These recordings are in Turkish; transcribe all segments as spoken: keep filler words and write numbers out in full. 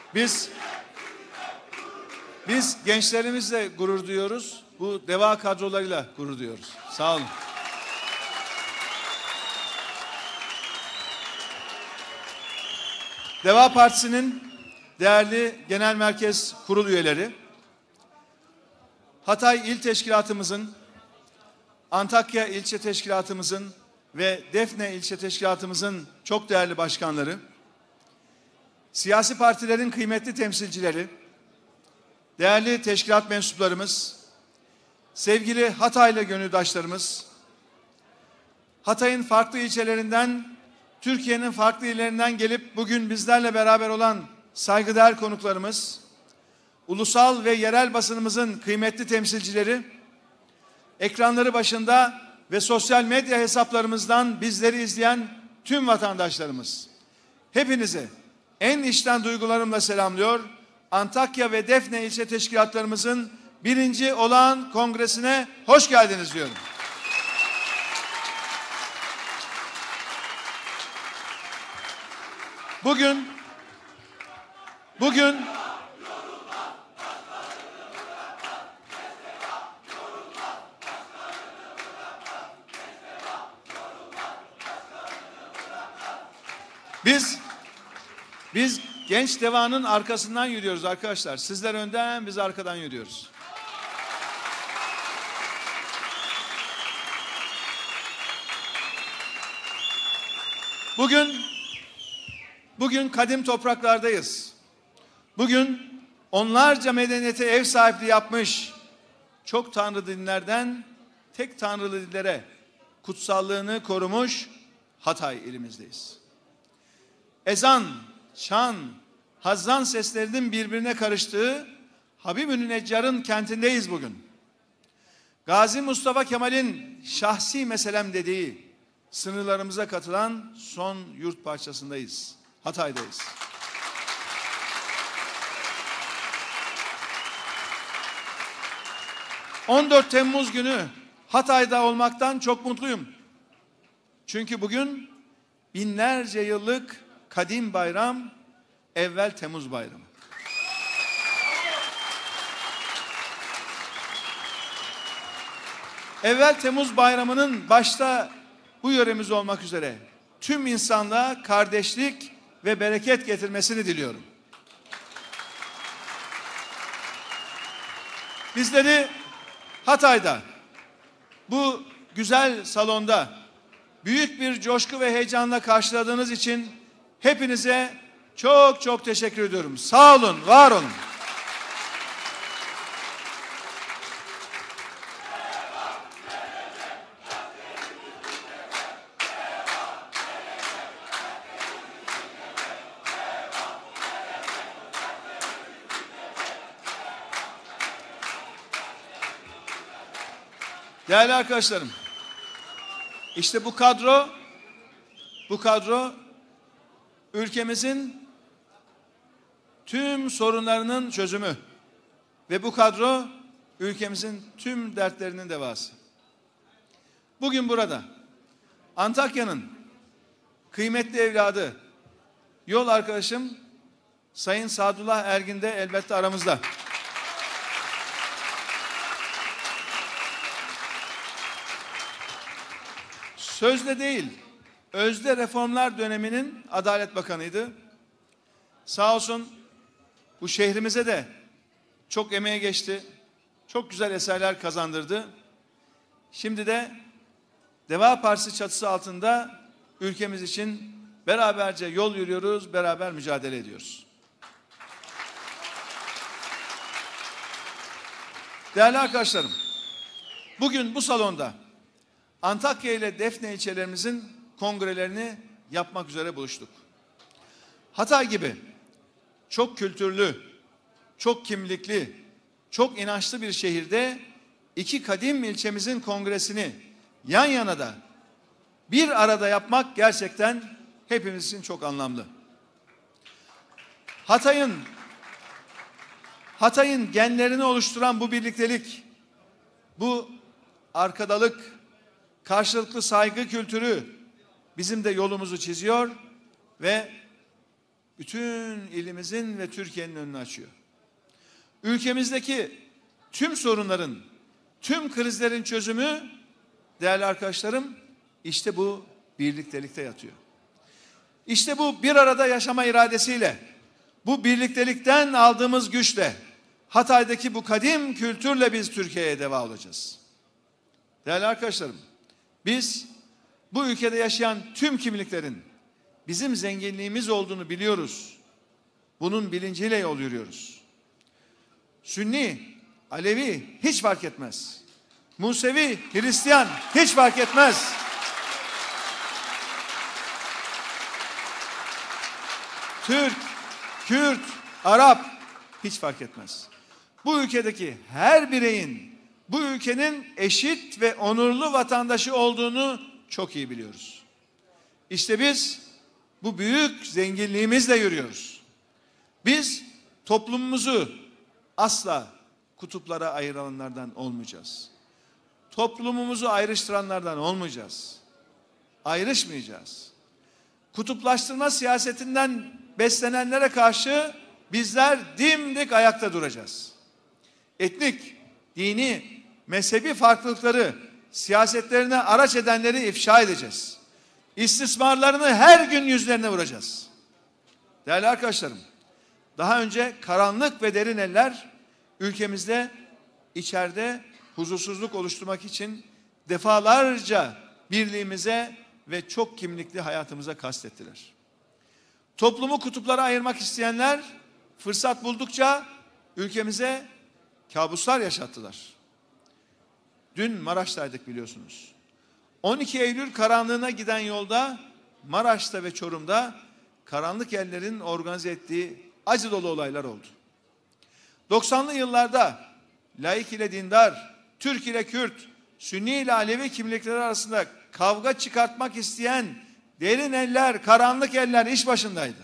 Biz biz gençlerimizle gurur duyuyoruz. Bu DEVA kadrolarıyla gurur duyuyoruz. Sağ olun. DEVA Partisi'nin değerli genel merkez kurul üyeleri, Hatay İl Teşkilatımızın, Antakya İlçe Teşkilatımızın ve Defne İlçe Teşkilatımızın çok değerli başkanları, siyasi partilerin kıymetli temsilcileri, değerli teşkilat mensuplarımız, sevgili Hataylı gönüldaşlarımız, Hatay'ın farklı ilçelerinden, Türkiye'nin farklı illerinden gelip bugün bizlerle beraber olan saygıdeğer konuklarımız, ulusal ve yerel basınımızın kıymetli temsilcileri, ekranları başında ve sosyal medya hesaplarımızdan bizleri izleyen tüm vatandaşlarımız, hepinize en içten duygularımla selamlıyor. Antakya ve Defne ilçe teşkilatlarımızın birinci olağan kongresine hoş geldiniz diyorum. Bugün, bugün biz biz genç devanın arkasından yürüyoruz arkadaşlar. Sizler önden, biz arkadan yürüyoruz. Bugün Bugün kadim topraklardayız. Bugün onlarca medeniyete ev sahipliği yapmış, çok tanrı dinlerden tek tanrılı dillere kutsallığını korumuş Hatay ilimizdeyiz. Ezan, şan, hazzan seslerinin birbirine karıştığı Habib-ü Neccar'ın kentindeyiz bugün. Gazi Mustafa Kemal'in şahsi meselem dediği sınırlarımıza katılan son yurt parçasındayız. Hatay'dayız. on dört Temmuz günü Hatay'da olmaktan çok mutluyum. Çünkü bugün binlerce yıllık kadim bayram Evvel Temmuz Bayramı. Evvel Temmuz Bayramı'nın başta bu yöremiz olmak üzere tüm insanlığa kardeşlik ve bereket getirmesini diliyorum. Bizleri Hatay'da, bu güzel salonda büyük bir coşku ve heyecanla karşıladığınız için hepinize çok çok teşekkür ediyorum. Sağ olun, var olun. Değerli arkadaşlarım, işte bu kadro, bu kadro ülkemizin tüm sorunlarının çözümü ve bu kadro ülkemizin tüm dertlerinin devası. Bugün burada Antakya'nın kıymetli evladı, yol arkadaşım Sayın Sadullah Ergin de elbette aramızda. Sözde değil, özde reformlar döneminin Adalet Bakanıydı. Sağ olsun bu şehrimize de çok emeğe geçti. Çok güzel eserler kazandırdı. Şimdi de DEVA Partisi çatısı altında ülkemiz için beraberce yol yürüyoruz, beraber mücadele ediyoruz. Değerli arkadaşlarım, bugün bu salonda Antakya ile Defne ilçelerimizin kongrelerini yapmak üzere buluştuk. Hatay gibi çok kültürlü, çok kimlikli, çok inançlı bir şehirde iki kadim ilçemizin kongresini yan yana da bir arada yapmak gerçekten hepimiz için çok anlamlı. Hatay'ın Hatay'ın genlerini oluşturan bu birliktelik, bu arkadalık, karşılıklı saygı kültürü bizim de yolumuzu çiziyor ve bütün ilimizin ve Türkiye'nin önünü açıyor. Ülkemizdeki tüm sorunların, tüm krizlerin çözümü değerli arkadaşlarım işte bu birliktelikte yatıyor. İşte bu bir arada yaşama iradesiyle, bu birliktelikten aldığımız güçle, Hatay'daki bu kadim kültürle biz Türkiye'ye deva olacağız. Değerli arkadaşlarım, biz bu ülkede yaşayan tüm kimliklerin bizim zenginliğimiz olduğunu biliyoruz. Bunun bilinciyle yol yürüyoruz. Sünni, Alevi hiç fark etmez. Musevi, Hristiyan hiç fark etmez. Türk, Kürt, Arap hiç fark etmez. Bu ülkedeki her bireyin bu ülkenin eşit ve onurlu vatandaşı olduğunu çok iyi biliyoruz. İşte biz bu büyük zenginliğimizle yürüyoruz. Biz toplumumuzu asla kutuplara ayıranlardan olmayacağız. Toplumumuzu ayrıştıranlardan olmayacağız. Ayrışmayacağız. Kutuplaştırma siyasetinden beslenenlere karşı bizler dimdik ayakta duracağız. Etnik, dini, mezhebi farklılıkları siyasetlerine araç edenleri ifşa edeceğiz. İstismarlarını her gün yüzlerine vuracağız. Değerli arkadaşlarım, daha önce karanlık ve derin eller ülkemizde içeride huzursuzluk oluşturmak için defalarca birliğimize ve çok kimlikli hayatımıza kastettiler. Toplumu kutuplara ayırmak isteyenler fırsat buldukça ülkemize kabuslar yaşattılar. Dün Maraş'taydık biliyorsunuz. on iki Eylül karanlığına giden yolda Maraş'ta ve Çorum'da karanlık ellerin organize ettiği acı dolu olaylar oldu. doksanlı yıllarda laik ile dindar, Türk ile Kürt, Sünni ile Alevi kimlikleri arasında kavga çıkartmak isteyen derin eller, karanlık eller iş başındaydı.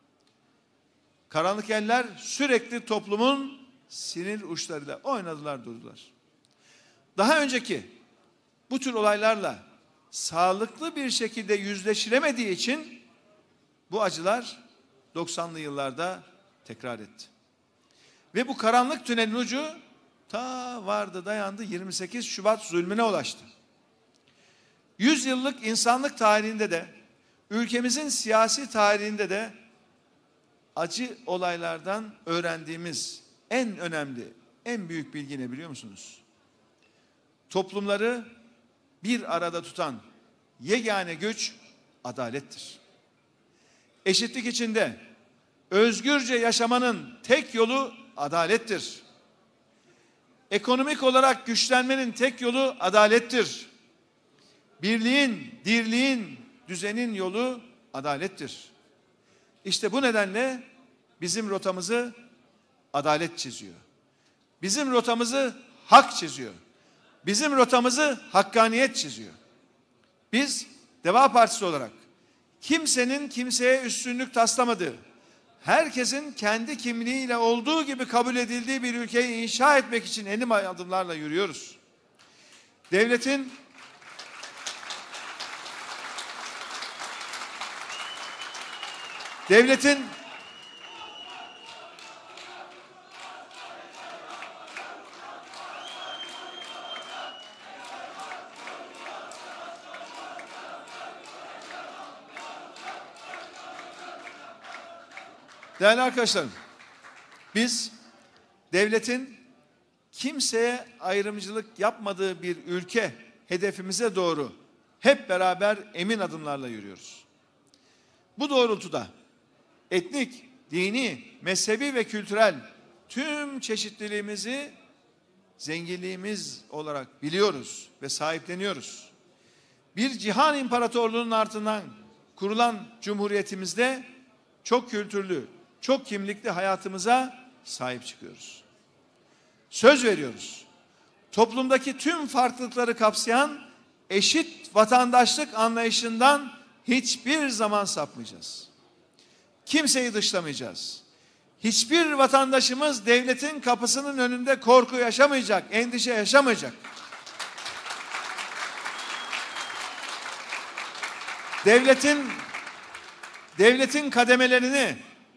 Karanlık eller sürekli toplumun sinir uçlarıyla oynadılar durdular. Daha önceki bu tür olaylarla sağlıklı bir şekilde yüzleşilemediği için bu acılar doksanlı yıllarda tekrar etti. Ve bu karanlık tünelin ucu ta vardı dayandı yirmi sekiz Şubat zulmüne ulaştı. yüz yıllık insanlık tarihinde de ülkemizin siyasi tarihinde de acı olaylardan öğrendiğimiz en önemli, en büyük bilgi ne biliyor musunuz? Toplumları bir arada tutan yegane güç adalettir. Eşitlik içinde özgürce yaşamanın tek yolu adalettir. Ekonomik olarak güçlenmenin tek yolu adalettir. Birliğin, dirliğin, düzenin yolu adalettir. İşte bu nedenle bizim rotamızı adalet çiziyor. Bizim rotamızı hak çiziyor. Bizim rotamızı hakkaniyet çiziyor. Biz Deva Partisi olarak kimsenin kimseye üstünlük taslamadığı, herkesin kendi kimliğiyle olduğu gibi kabul edildiği bir ülkeyi inşa etmek için enim adımlarla yürüyoruz. Devletin devletin Değerli arkadaşlarım, biz devletin kimseye ayrımcılık yapmadığı bir ülke hedefimize doğru hep beraber emin adımlarla yürüyoruz. Bu doğrultuda etnik, dini, mezhebi ve kültürel tüm çeşitliliğimizi zenginliğimiz olarak biliyoruz ve sahipleniyoruz. Bir cihan imparatorluğunun ardından kurulan cumhuriyetimizde çok kültürlü, çok kimlikli hayatımıza sahip çıkıyoruz. Söz veriyoruz. Toplumdaki tüm farklılıkları kapsayan eşit vatandaşlık anlayışından hiçbir zaman sapmayacağız. Kimseyi dışlamayacağız. Hiçbir vatandaşımız devletin kapısının önünde korku yaşamayacak, endişe yaşamayacak. Devletin devletin kademelerini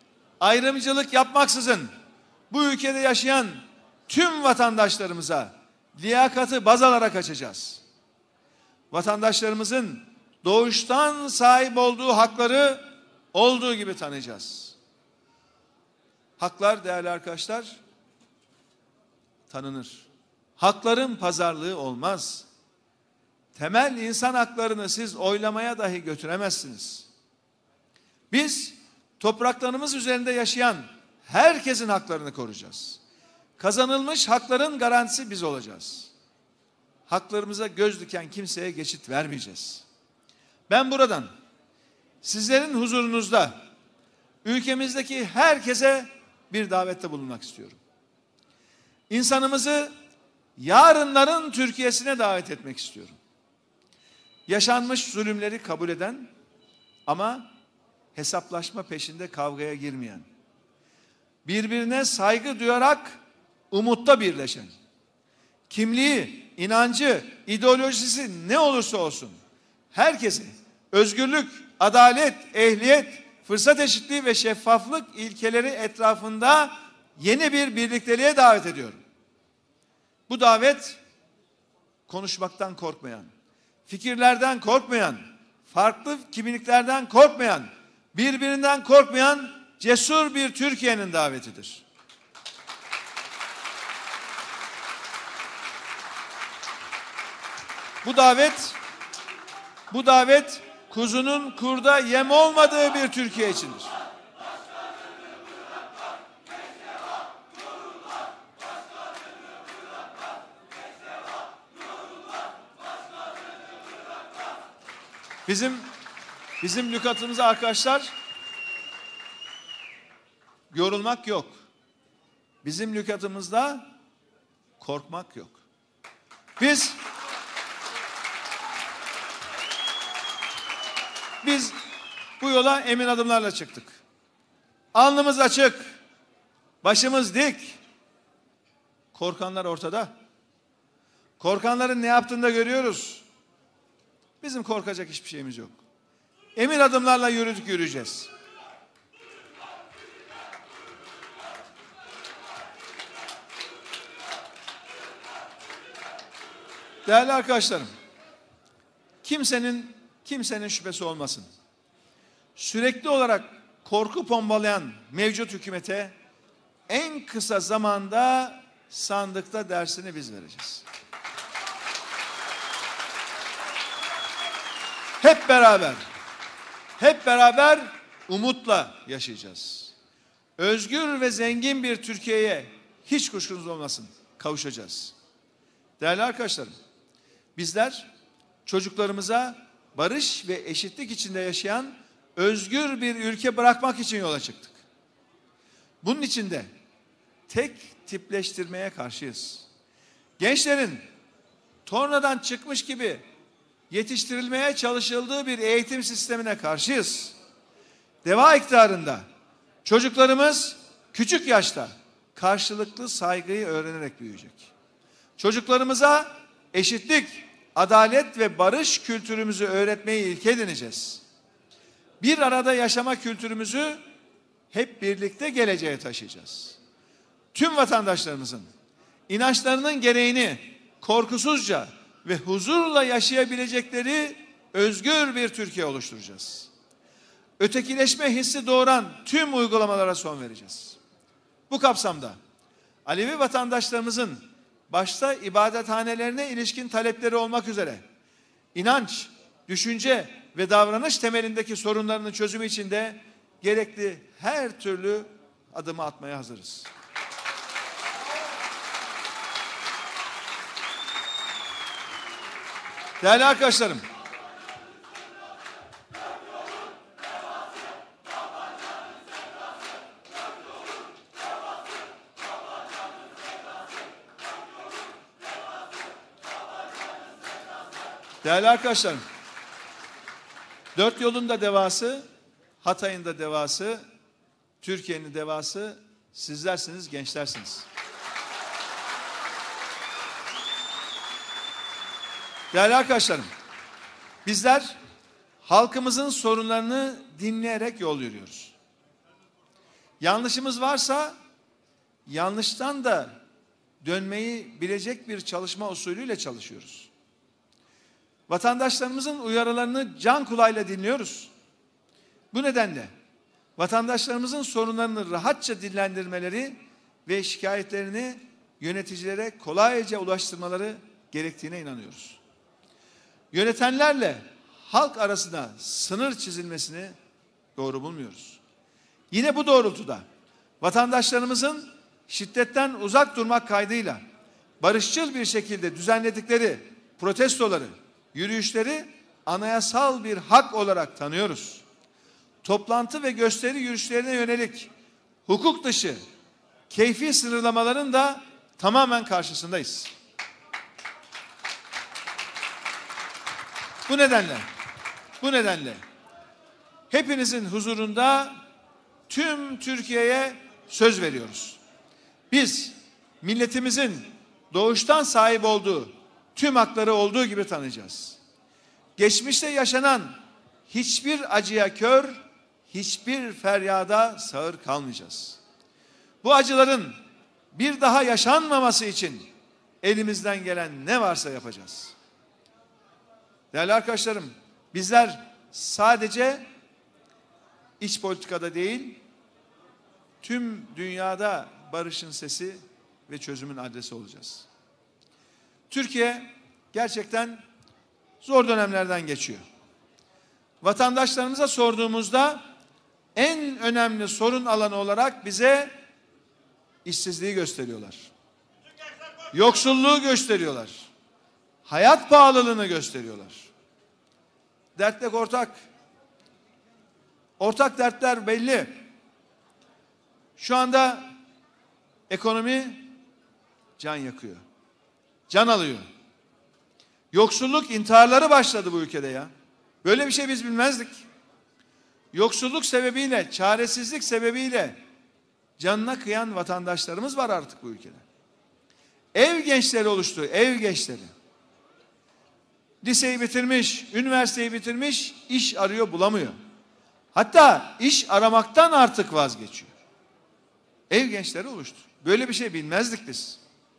ayrımcılık yapmaksızın bu ülkede yaşayan tüm vatandaşlarımıza liyakatı baz alarak açacağız. Vatandaşlarımızın doğuştan sahip olduğu hakları olduğu gibi tanıyacağız. Haklar değerli arkadaşlar tanınır. Hakların pazarlığı olmaz. Temel insan haklarını siz oylamaya dahi götüremezsiniz. Biz topraklarımız üzerinde yaşayan herkesin haklarını koruyacağız. Kazanılmış hakların garantisi biz olacağız. Haklarımıza göz diken kimseye geçit vermeyeceğiz. Ben buradan sizlerin huzurunuzda ülkemizdeki herkese bir davette bulunmak istiyorum. İnsanımızı yarınların Türkiye'sine davet etmek istiyorum. Yaşanmış zulümleri kabul eden ama hesaplaşma peşinde kavgaya girmeyen, birbirine saygı duyarak umutta birleşen, kimliği, inancı, ideolojisi ne olursa olsun herkesi özgürlük, adalet, ehliyet, fırsat eşitliği ve şeffaflık ilkeleri etrafında yeni bir birlikteliğe davet ediyorum. Bu davet konuşmaktan korkmayan, fikirlerden korkmayan, farklı kimliklerden korkmayan, birbirinden korkmayan cesur bir Türkiye'nin davetidir. Bu davet, bu davet kuzunun kurda yem olmadığı bir Türkiye içindir. Bizim bizim lükatımıza arkadaşlar yorulmak yok. Bizim lükatımızda korkmak yok. Biz biz bu yola emin adımlarla çıktık. Alnımız açık, başımız dik. Korkanlar ortada. Korkanların ne yaptığını da görüyoruz. Bizim korkacak hiçbir şeyimiz yok. Emin adımlarla yürüdük, yürüyeceğiz. Değerli arkadaşlarım, kimsenin kimsenin şüphesi olmasın. Sürekli olarak korku pompalayan mevcut hükümete en kısa zamanda sandıkta dersini biz vereceğiz. Hep beraber, hep beraber umutla yaşayacağız. Özgür ve zengin bir Türkiye'ye hiç kuşkunuz olmasın, kavuşacağız. Değerli arkadaşlarım, bizler çocuklarımıza barış ve eşitlik içinde yaşayan özgür bir ülke bırakmak için yola çıktık. Bunun için de tek tipleştirmeye karşıyız. Gençlerin tornadan çıkmış gibi yetiştirilmeye çalışıldığı bir eğitim sistemine karşıyız. Deva iktidarında çocuklarımız küçük yaşta karşılıklı saygıyı öğrenerek büyüyecek. Çocuklarımıza eşitlik, adalet ve barış kültürümüzü öğretmeyi ilke edineceğiz. Bir arada yaşama kültürümüzü hep birlikte geleceğe taşıyacağız. Tüm vatandaşlarımızın inançlarının gereğini korkusuzca ve huzurla yaşayabilecekleri özgür bir Türkiye oluşturacağız. Ötekileşme hissi doğuran tüm uygulamalara son vereceğiz. Bu kapsamda Alevi vatandaşlarımızın başta ibadethanelerine ilişkin talepleri olmak üzere inanç, düşünce ve davranış temelindeki sorunlarının çözümü için de gerekli her türlü adımı atmaya hazırız. Değerli arkadaşlarım, değerli arkadaşlarım, dört yolun da devası, Hatay'ın da devası, Türkiye'nin devası sizlersiniz, gençlersiniz. Değerli arkadaşlarım, bizler halkımızın sorunlarını dinleyerek yol yürüyoruz. Yanlışımız varsa yanlıştan da dönmeyi bilecek bir çalışma usulüyle çalışıyoruz. Vatandaşlarımızın uyarılarını can kulağıyla dinliyoruz. Bu nedenle vatandaşlarımızın sorunlarını rahatça dillendirmeleri ve şikayetlerini yöneticilere kolayca ulaştırmaları gerektiğine inanıyoruz. Yönetenlerle halk arasında sınır çizilmesini doğru bulmuyoruz. Yine bu doğrultuda vatandaşlarımızın şiddetten uzak durmak kaydıyla barışçıl bir şekilde düzenledikleri protestoları, yürüyüşleri anayasal bir hak olarak tanıyoruz. Toplantı ve gösteri yürüyüşlerine yönelik hukuk dışı keyfi sınırlamaların da tamamen karşısındayız. Bu nedenle, bu nedenle hepinizin huzurunda tüm Türkiye'ye söz veriyoruz. Biz milletimizin doğuştan sahip olduğu tüm hakları olduğu gibi tanıyacağız. Geçmişte yaşanan hiçbir acıya kör, hiçbir feryada sağır kalmayacağız. Bu acıların bir daha yaşanmaması için elimizden gelen ne varsa yapacağız. Değerli arkadaşlarım, bizler sadece iç politikada değil, tüm dünyada barışın sesi ve çözümün adresi olacağız. Türkiye gerçekten zor dönemlerden geçiyor. Vatandaşlarımıza sorduğumuzda en önemli sorun alanı olarak bize işsizliği gösteriyorlar. Yoksulluğu gösteriyorlar. Hayat pahalılığını gösteriyorlar. Dertler ortak. Ortak dertler belli. Şu anda ekonomi can yakıyor. Can alıyor. Yoksulluk intiharları başladı bu ülkede ya. Böyle bir şey biz bilmezdik. Yoksulluk sebebiyle, çaresizlik sebebiyle canına kıyan vatandaşlarımız var artık bu ülkede. Ev gençleri oluştu, ev gençleri. Liseyi bitirmiş, üniversiteyi bitirmiş, iş arıyor, bulamıyor. Hatta iş aramaktan artık vazgeçiyor. Ev gençleri oluştu. Böyle bir şey bilmezdik biz.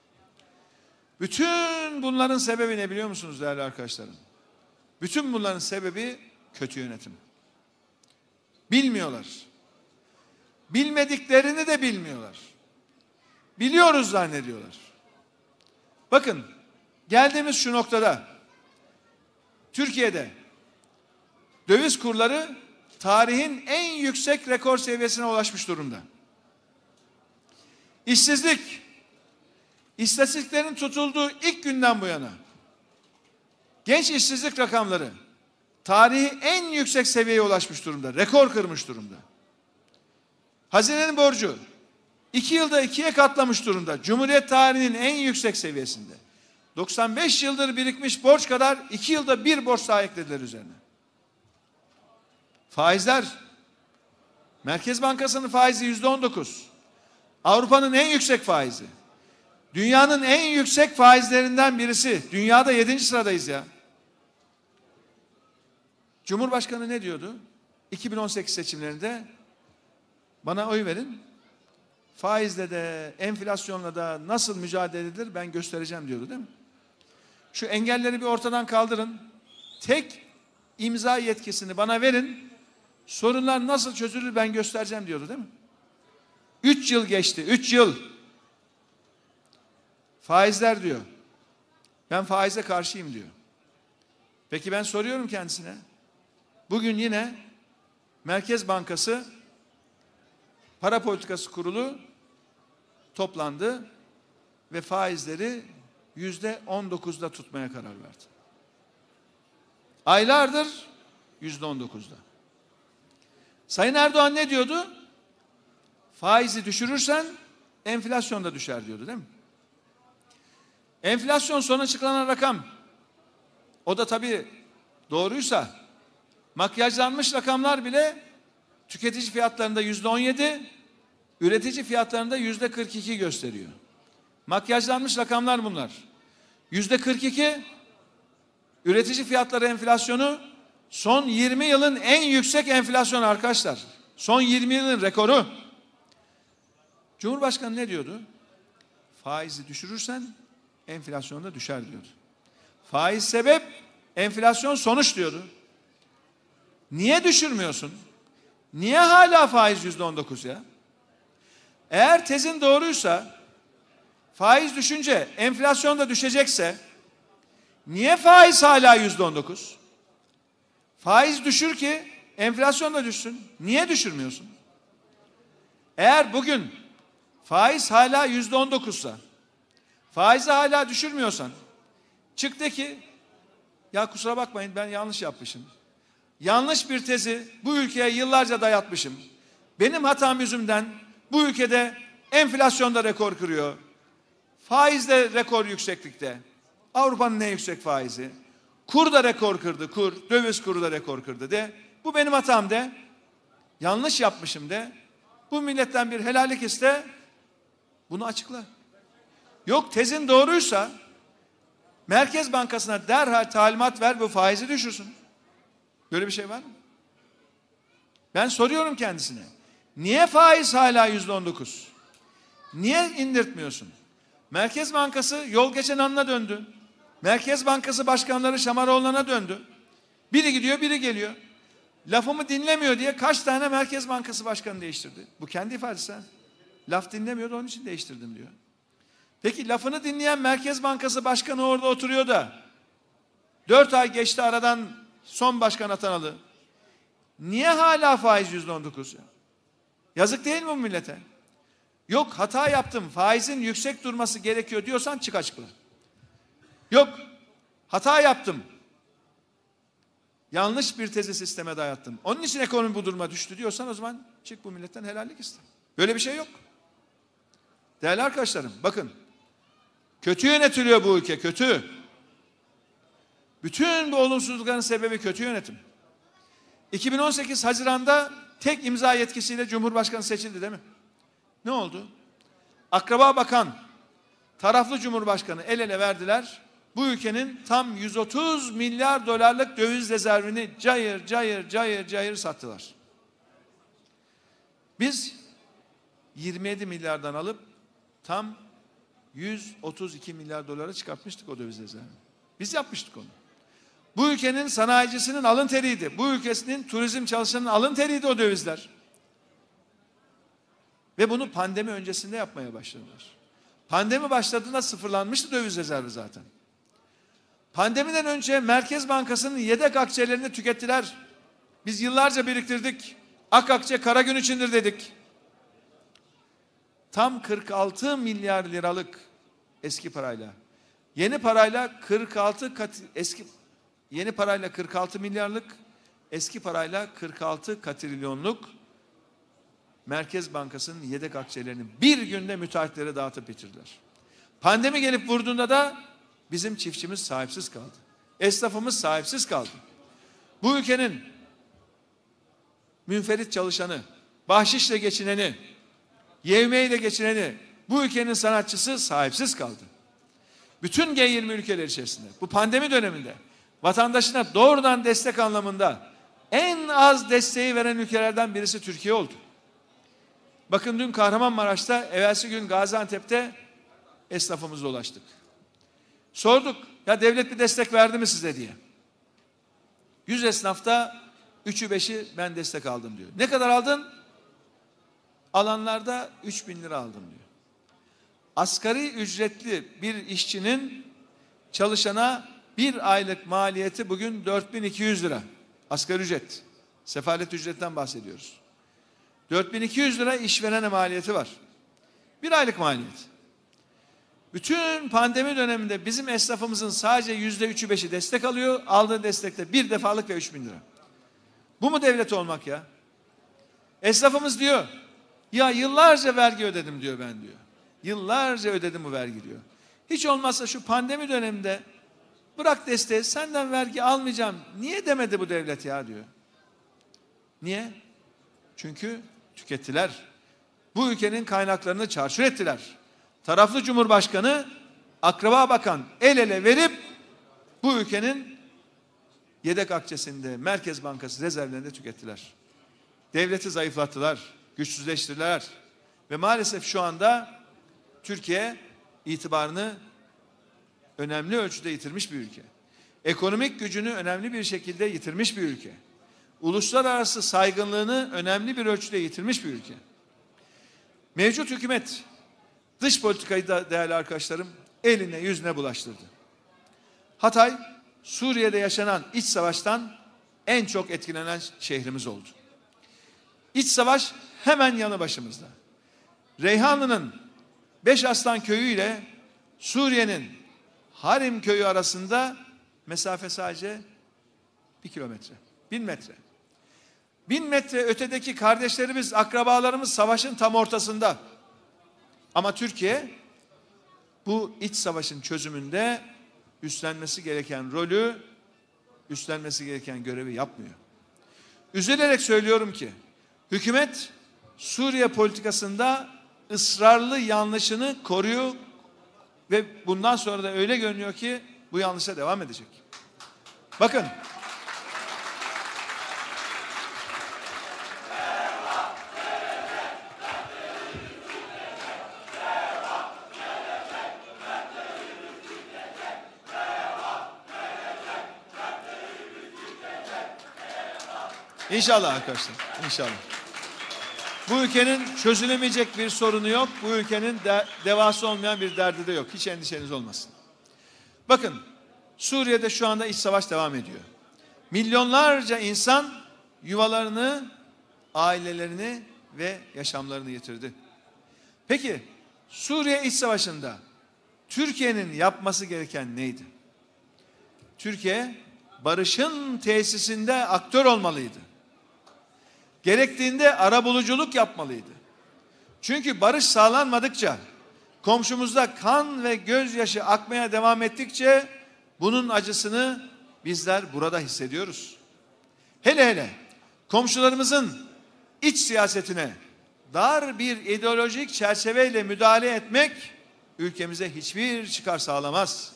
Bütün bunların sebebi ne biliyor musunuz değerli arkadaşlarım? Bütün bunların sebebi kötü yönetim. Bilmiyorlar. Bilmediklerini de bilmiyorlar. Biliyoruz zannediyorlar. Bakın, geldiğimiz şu noktada Türkiye'de döviz kurları tarihin en yüksek rekor seviyesine ulaşmış durumda. İşsizlik, istatistiklerin tutulduğu ilk günden bu yana genç işsizlik rakamları tarihi en yüksek seviyeye ulaşmış durumda. Rekor kırmış durumda. Hazinenin borcu iki yılda ikiye katlamış durumda. Cumhuriyet tarihinin en yüksek seviyesinde. doksan beş yıldır birikmiş borç kadar iki yılda bir borç daha eklediler üzerine. Faizler, Merkez Bankası'nın faizi yüzde on dokuz. Avrupa'nın en yüksek faizi. Dünyanın en yüksek faizlerinden birisi. Dünyada yedinci sıradayız ya. Cumhurbaşkanı ne diyordu? iki bin on sekiz seçimlerinde bana oy verin. Faizle de enflasyonla da nasıl mücadele edilir ben göstereceğim diyordu değil mi? Şu engelleri bir ortadan kaldırın. Tek imza yetkisini bana verin. Sorunlar nasıl çözülür ben göstereceğim diyordu değil mi? Üç yıl geçti. Üç yıl. Faizler diyor. Ben faize karşıyım diyor. Peki ben soruyorum kendisine. Bugün yine Merkez Bankası Para Politikası Kurulu toplandı ve faizleri yüzde on dokuzda tutmaya karar verdi. Aylardır yüzde on dokuzda. Sayın Erdoğan ne diyordu? Faizi düşürürsen enflasyon da düşer diyordu değil mi? Enflasyon son açıklanan rakam. O da tabii doğruysa makyajlanmış rakamlar bile tüketici fiyatlarında yüzde on yedi, üretici fiyatlarında yüzde kırk iki gösteriyor. Makyajlanmış rakamlar bunlar. Yüzde kırk iki üretici fiyatları enflasyonu son yirmi yılın en yüksek enflasyonu arkadaşlar. Son yirmi yılın rekoru. Cumhurbaşkanı ne diyordu? Faizi düşürürsen enflasyon da düşer diyordu. Faiz sebep, enflasyon sonuç diyordu. Niye düşürmüyorsun? Niye hala faiz yüzde on dokuz ya? Eğer tezin doğruysa, faiz düşünce enflasyon da düşecekse, niye faiz hala yüzde on dokuz? Faiz düşür ki enflasyon da düşsün. Niye düşürmüyorsun? Eğer bugün faiz hala yüzde on dokuzsa, faizi hala düşürmüyorsan, çık de ki, ya kusura bakmayın ben yanlış yapmışım. Yanlış bir tezi bu ülkeye yıllarca dayatmışım. Benim hatam yüzümden bu ülkede enflasyonda rekor kırıyor. Faizde rekor yükseklikte. Avrupa'nın en yüksek faizi. Kur da rekor kırdı, kur. Döviz kuru da rekor kırdı de. Bu benim hatam de. Yanlış yapmışım de. Bu milletten bir helallik iste. Bunu açıkla. Yok tezin doğruysa Merkez Bankası'na derhal talimat ver bu faizi düşürsün. Böyle bir şey var mı? Ben soruyorum kendisine. Niye faiz hala yüzde on dokuz? Niye indirtmiyorsun? Merkez Bankası yol geçen anına döndü. Merkez Bankası başkanları Şamaroğlan'a döndü. Biri gidiyor, biri geliyor. Lafımı dinlemiyor diye kaç tane Merkez Bankası başkanı değiştirdi. Bu kendi ifadesi. Laf dinlemiyordu, onun için değiştirdim diyor. Peki lafını dinleyen Merkez Bankası başkanı orada oturuyor da dört ay geçti aradan son başkan atanalı. Niye hala faiz yüzde on dokuz? Yazık değil mi bu millete? Yok hata yaptım, faizin yüksek durması gerekiyor diyorsan çık açıkla. Yok hata yaptım, yanlış bir tezi sisteme dayattım, onun için ekonomi bu duruma düştü diyorsan o zaman çık bu milletten helallik iste. Böyle bir şey yok. Değerli arkadaşlarım bakın, kötü yönetiliyor bu ülke, kötü. Bütün bu olumsuzlukların sebebi kötü yönetim. iki bin on sekiz Haziran'da tek imza yetkisiyle Cumhurbaşkanı seçildi değil mi? Ne oldu? Akraba bakan, taraflı Cumhurbaşkanı el ele verdiler. Bu ülkenin tam yüz otuz milyar dolarlık döviz rezervini cayır cayır cayır cayır sattılar. Biz yirmi yedi milyardan alıp tam yüz otuz iki milyar dolara çıkartmıştık o döviz rezervini. Biz yapmıştık onu. Bu ülkenin sanayicisinin alın teriydi. Bu ülkesinin turizm çalışanının alın teriydi o dövizler. Ve bunu pandemi öncesinde yapmaya başladılar. Pandemi başladığında sıfırlanmıştı döviz rezervi zaten. Pandemiden önce Merkez Bankası'nın yedek akçelerini tükettiler. Biz yıllarca biriktirdik. Ak akçe kara gün içindir dedik. Tam kırk altı milyar liralık eski parayla. Yeni parayla kırk altı kat, eski yeni parayla kırk altı milyarlık, eski parayla kırk altı katrilyonluk Merkez Bankası'nın yedek akçelerini bir günde müteahhitlere dağıtıp bitirdiler. Pandemi gelip vurduğunda da bizim çiftçimiz sahipsiz kaldı. Esnafımız sahipsiz kaldı. Bu ülkenin münferit çalışanı, bahşişle geçineni, yevmeyle geçineni, bu ülkenin sanatçısı sahipsiz kaldı. Bütün G yirmi ülkeler içerisinde bu pandemi döneminde vatandaşına doğrudan destek anlamında en az desteği veren ülkelerden birisi Türkiye oldu. Bakın dün Kahramanmaraş'ta, evvelsi gün Gaziantep'te esnafımızla ulaştık. Sorduk, ya devlet bir destek verdi mi size diye. Yüz esnafta üçü beşi ben destek aldım diyor. Ne kadar aldın? Alanlarda üç bin lira aldım diyor. Asgari ücretli bir işçinin çalışana bir aylık maliyeti bugün dört bin iki yüz lira. Asgari ücret. Sefalet ücretten bahsediyoruz. dört bin iki yüz lira işverene maliyeti var. Bir aylık maliyet. Bütün pandemi döneminde bizim esnafımızın sadece yüzde üçü beşi destek alıyor. Aldığı destekte bir defalık ve üç bin lira. Bu mu devlet olmak ya? Esnafımız diyor, ya yıllarca vergi ödedim diyor ben diyor. Yıllarca ödedim bu vergi diyor. Hiç olmazsa şu pandemi döneminde bırak desteği, senden vergi almayacağım. Niye demedi bu devlet ya diyor. Niye? Çünkü tükettiler. Bu ülkenin kaynaklarını çarçur ettiler. Taraflı Cumhurbaşkanı, akraba bakan el ele verip bu ülkenin yedek akçesinde, Merkez Bankası rezervlerinde tükettiler. Devleti zayıflattılar, güçsüzleştirdiler Ve maalesef şu anda Türkiye itibarını önemli ölçüde yitirmiş bir ülke. Ekonomik gücünü önemli bir şekilde yitirmiş bir ülke. Uluslararası saygınlığını önemli bir ölçüde yitirmiş bir ülke. Mevcut hükümet dış politikayı da değerli arkadaşlarım eline yüzüne bulaştırdı. Hatay, Suriye'de yaşanan iç savaştan en çok etkilenen şehrimiz oldu. İç savaş hemen yanı başımızda. Reyhanlı'nın Beşarslan köyü ile Suriye'nin Harim köyü arasında mesafe sadece bir kilometre, bin metre. Bin metre ötedeki kardeşlerimiz, akrabalarımız savaşın tam ortasında. Ama Türkiye bu iç savaşın çözümünde üstlenmesi gereken rolü, üstlenmesi gereken görevi yapmıyor. Üzülerek söylüyorum ki, hükümet Suriye politikasında ısrarlı yanlışını koruyor ve bundan sonra da öyle görünüyor ki bu yanlışa devam edecek. Bakın. İnşallah arkadaşlar, inşallah. Bu ülkenin çözülemeyecek bir sorunu yok. Bu ülkenin de, devası olmayan bir derdi de yok. Hiç endişeniz olmasın. Bakın, Suriye'de şu anda iç savaş devam ediyor. Milyonlarca insan yuvalarını, ailelerini ve yaşamlarını yitirdi. Peki, Suriye iç savaşında Türkiye'nin yapması gereken neydi? Türkiye, barışın tesisinde aktör olmalıydı. Gerektiğinde arabuluculuk yapmalıydı. Çünkü barış sağlanmadıkça, komşumuzda kan ve gözyaşı akmaya devam ettikçe bunun acısını bizler burada hissediyoruz. Hele hele komşularımızın iç siyasetine dar bir ideolojik çerçeveyle müdahale etmek ülkemize hiçbir çıkar sağlamaz.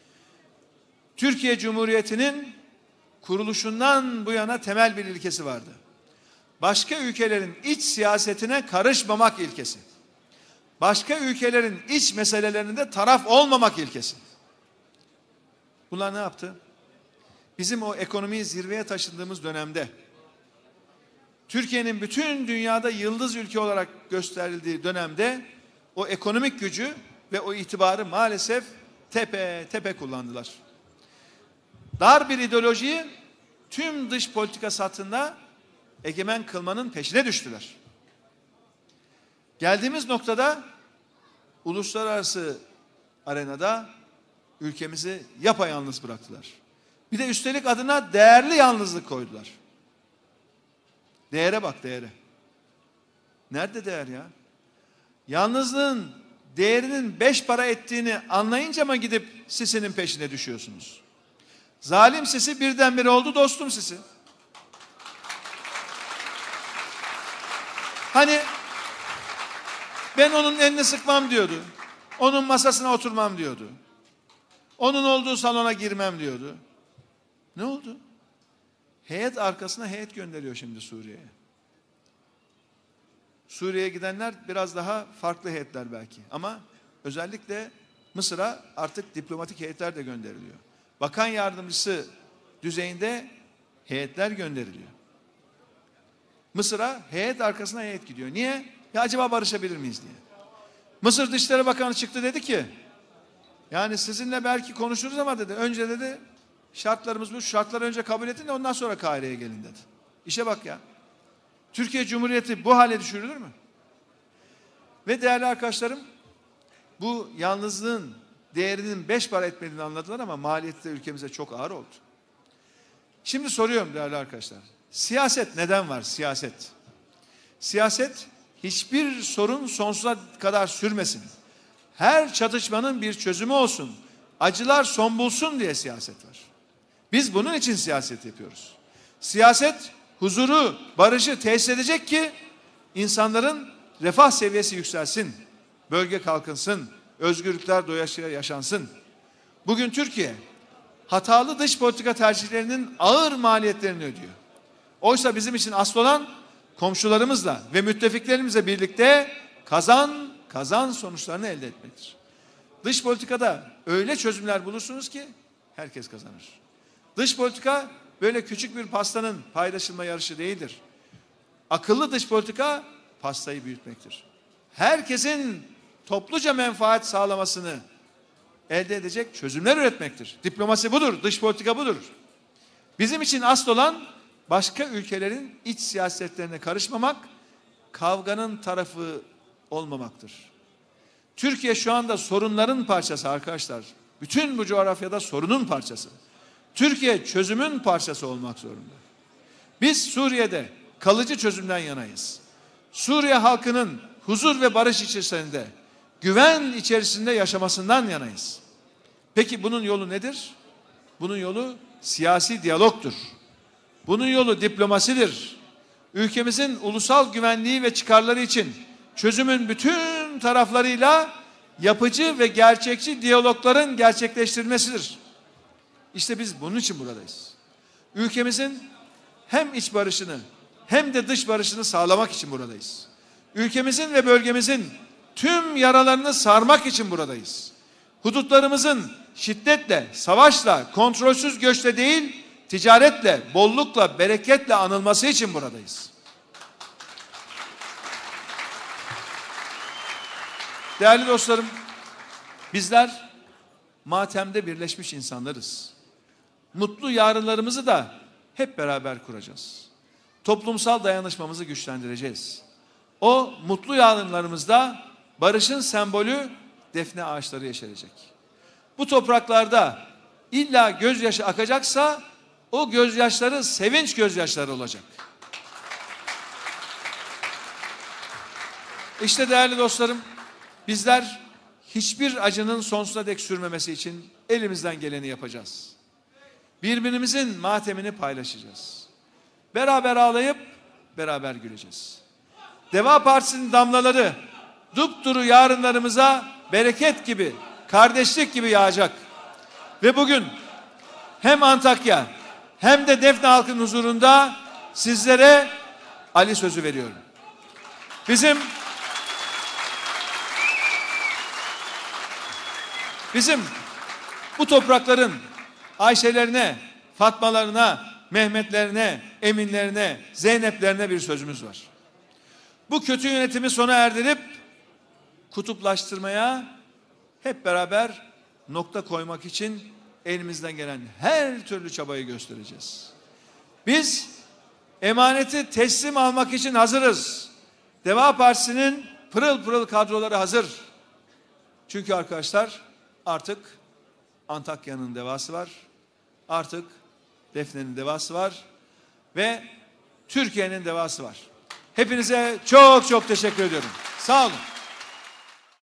Türkiye Cumhuriyeti'nin kuruluşundan bu yana temel bir ilkesi vardı. Başka ülkelerin iç siyasetine karışmamak ilkesi. Başka ülkelerin iç meselelerinde taraf olmamak ilkesi. Bunlar ne yaptı? Bizim o ekonomiyi zirveye taşındığımız dönemde, Türkiye'nin bütün dünyada yıldız ülke olarak gösterildiği dönemde o ekonomik gücü ve o itibarı maalesef tepe tepe kullandılar. Dar bir ideolojiyi tüm dış politika satında egemen kılmanın peşine düştüler. Geldiğimiz noktada uluslararası arenada ülkemizi yapayalnız bıraktılar. Bir de üstelik adına değerli yalnızlık koydular. Değere bak, değere. Nerede değer ya? Yalnızlığın değerinin beş para ettiğini anlayınca mı gidip Sisi'nin peşine düşüyorsunuz? Zalim Sisi birdenbire oldu dostum Sisi. Hani ben onun elini sıkmam diyordu. Onun masasına oturmam diyordu. Onun olduğu salona girmem diyordu. Ne oldu? Heyet arkasına heyet gönderiyor şimdi Suriye'ye. Suriye'ye gidenler biraz daha farklı heyetler belki. Ama özellikle Mısır'a artık diplomatik heyetler de gönderiliyor. Bakan yardımcısı düzeyinde heyetler gönderiliyor. Mısır'a heyet arkasına heyet gidiyor. Niye? Ya acaba barışabilir miyiz diye. Mısır Dışişleri Bakanı çıktı dedi ki, yani sizinle belki konuşuruz ama dedi, önce dedi şartlarımız bu, şartları önce kabul edin de ondan sonra Kahire'ye gelin dedi. İşe bak ya. Türkiye Cumhuriyeti bu hale düşürülür mü? Ve değerli arkadaşlarım, bu yalnızlığın değerinin beş para etmediğini anladılar ama maliyeti de ülkemize çok ağır oldu. Şimdi soruyorum değerli arkadaşlar. Siyaset neden var? Siyaset. Siyaset hiçbir sorun sonsuza kadar sürmesin. Her çatışmanın bir çözümü olsun. Acılar son bulsun diye siyaset var. Biz bunun için siyaset yapıyoruz. Siyaset huzuru, barışı tesis edecek ki insanların refah seviyesi yükselsin. Bölge kalkınsın. Özgürlükler doyasıya yaşansın. Bugün Türkiye hatalı dış politika tercihlerinin ağır maliyetlerini ödüyor. Oysa bizim için asıl olan komşularımızla ve müttefiklerimizle birlikte kazan kazan sonuçlarını elde etmektir. Dış politikada öyle çözümler bulursunuz ki herkes kazanır. Dış politika böyle küçük bir pastanın paylaşılma yarışı değildir. Akıllı dış politika pastayı büyütmektir. Herkesin topluca menfaat sağlamasını elde edecek çözümler üretmektir. Diplomasi budur, dış politika budur. Bizim için asıl olan başka ülkelerin iç siyasetlerine karışmamak, kavganın tarafı olmamaktır. Türkiye şu anda sorunların parçası arkadaşlar. Bütün bu coğrafyada sorunun parçası. Türkiye çözümün parçası olmak zorunda. Biz Suriye'de kalıcı çözümden yanayız. Suriye halkının huzur ve barış içerisinde, güven içerisinde yaşamasından yanayız. Peki bunun yolu nedir? Bunun yolu siyasi diyalogtur. Bunun yolu diplomasidir. Ülkemizin ulusal güvenliği ve çıkarları için çözümün bütün taraflarıyla yapıcı ve gerçekçi diyalogların gerçekleştirilmesidir. İşte biz bunun için buradayız. Ülkemizin hem iç barışını hem de dış barışını sağlamak için buradayız. Ülkemizin ve bölgemizin tüm yaralarını sarmak için buradayız. Hudutlarımızın şiddetle, savaşla, kontrolsüz göçle değil, ticaretle, bollukla, bereketle anılması için buradayız. Değerli dostlarım, bizler matemde birleşmiş insanlarız. Mutlu yarınlarımızı da hep beraber kuracağız. Toplumsal dayanışmamızı güçlendireceğiz. O mutlu yarınlarımızda barışın sembolü defne ağaçları yeşerecek. Bu topraklarda illa gözyaşı akacaksa o gözyaşları sevinç gözyaşları olacak. İşte değerli dostlarım, bizler hiçbir acının sonsuza dek sürmemesi için elimizden geleni yapacağız. Birbirimizin matemini paylaşacağız. Beraber ağlayıp beraber güleceğiz. Deva Partisi'nin damlaları dupduru yarınlarımıza bereket gibi, kardeşlik gibi yağacak. Ve bugün hem Antakya hem de Defne halkının huzurunda sizlere Ali sözü veriyorum. Bizim bizim bu toprakların Ayşelerine, Fatmalarına, Mehmetlerine, Eminlerine, Zeyneplerine bir sözümüz var. Bu kötü yönetimi sona erdirip kutuplaştırmaya hep beraber nokta koymak için elimizden gelen her türlü çabayı göstereceğiz. Biz emaneti teslim almak için hazırız. Deva Partisi'nin pırıl pırıl kadroları hazır. Çünkü arkadaşlar artık Antakya'nın devası var. Artık Defne'nin devası var. Ve Türkiye'nin devası var. Hepinize çok çok teşekkür ediyorum. Sağ olun.